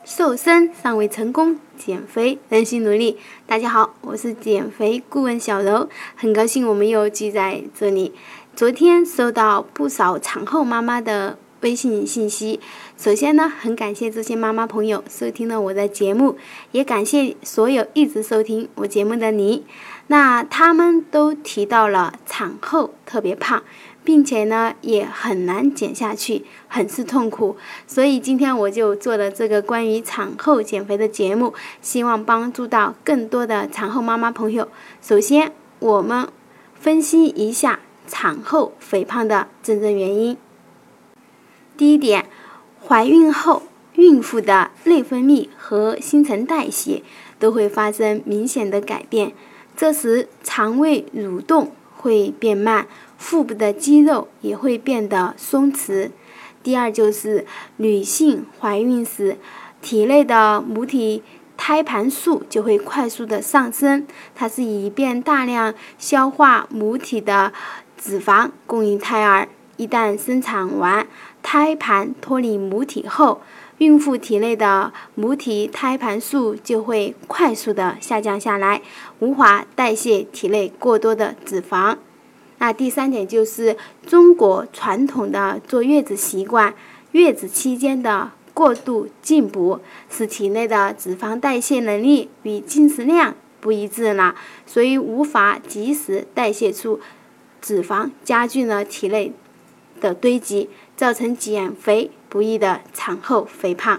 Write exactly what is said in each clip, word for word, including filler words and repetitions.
瘦身尚未成功，减肥仍需努力。大家好，我是减肥顾问小柔，很高兴我们又聚在这里。昨天收到不少产后妈妈的微信信息，首先呢，很感谢这些妈妈朋友收听了我的节目，也感谢所有一直收听我节目的你。那他们都提到了产后特别胖，并且呢也很难减下去，很是痛苦。所以今天我就做了这个关于产后减肥的节目，希望帮助到更多的产后妈妈朋友。首先我们分析一下产后肥胖的真正原因。第一点，怀孕后孕妇的内分泌和新陈代谢都会发生明显的改变，这时肠胃蠕动会变慢，腹部的肌肉也会变得松弛。第二就是女性怀孕时，体内的母体胎盘素就会快速的上升，它是以便大量消化母体的脂肪供应胎儿。一旦生产完，胎盘脱离母体后，孕妇体内的母体胎盘素就会快速的下降下来，无法代谢体内过多的脂肪。那第三点就是中国传统的坐月子习惯，月子期间的过度进补，使体内的脂肪代谢能力与进食量不一致了，所以无法及时代谢出脂肪，加剧了体内的堆积，造成减肥不易的产后肥胖。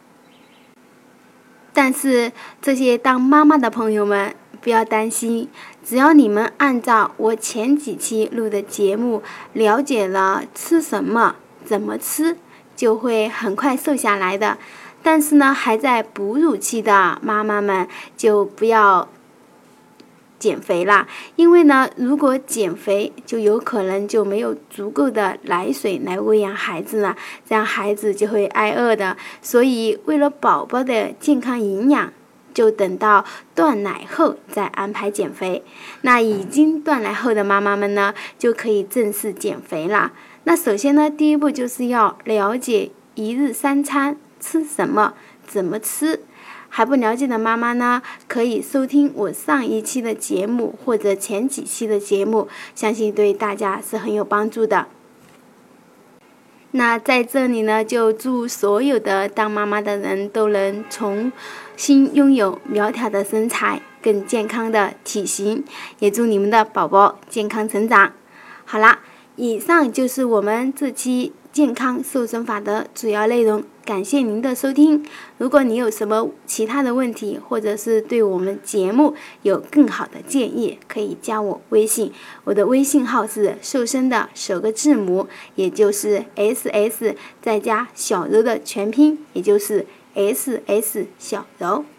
但是这些当妈妈的朋友们不要担心，只要你们按照我前几期录的节目，了解了吃什么怎么吃，就会很快瘦下来的。但是呢，还在哺乳期的妈妈们就不要减肥啦，因为呢，如果减肥就有可能就没有足够的奶水来喂养孩子了，这样孩子就会挨饿的。所以为了宝宝的健康营养，就等到断奶后再安排减肥。那已经断奶后的妈妈们呢，就可以正式减肥了。那首先呢，第一步就是要了解一日三餐吃什么，怎么吃。还不了解的妈妈呢，可以收听我上一期的节目或者前几期的节目，相信对大家是很有帮助的。那在这里呢，就祝所有的当妈妈的人都能重新拥有苗条的身材，更健康的体型，也祝你们的宝宝健康成长。好啦，以上就是我们这期健康瘦身法的主要内容，感谢您的收听。如果你有什么其他的问题，或者是对我们节目有更好的建议，可以加我微信，我的微信号是瘦身的首个字母，也就是 S S 再加小柔的全拼，也就是 S S 小柔。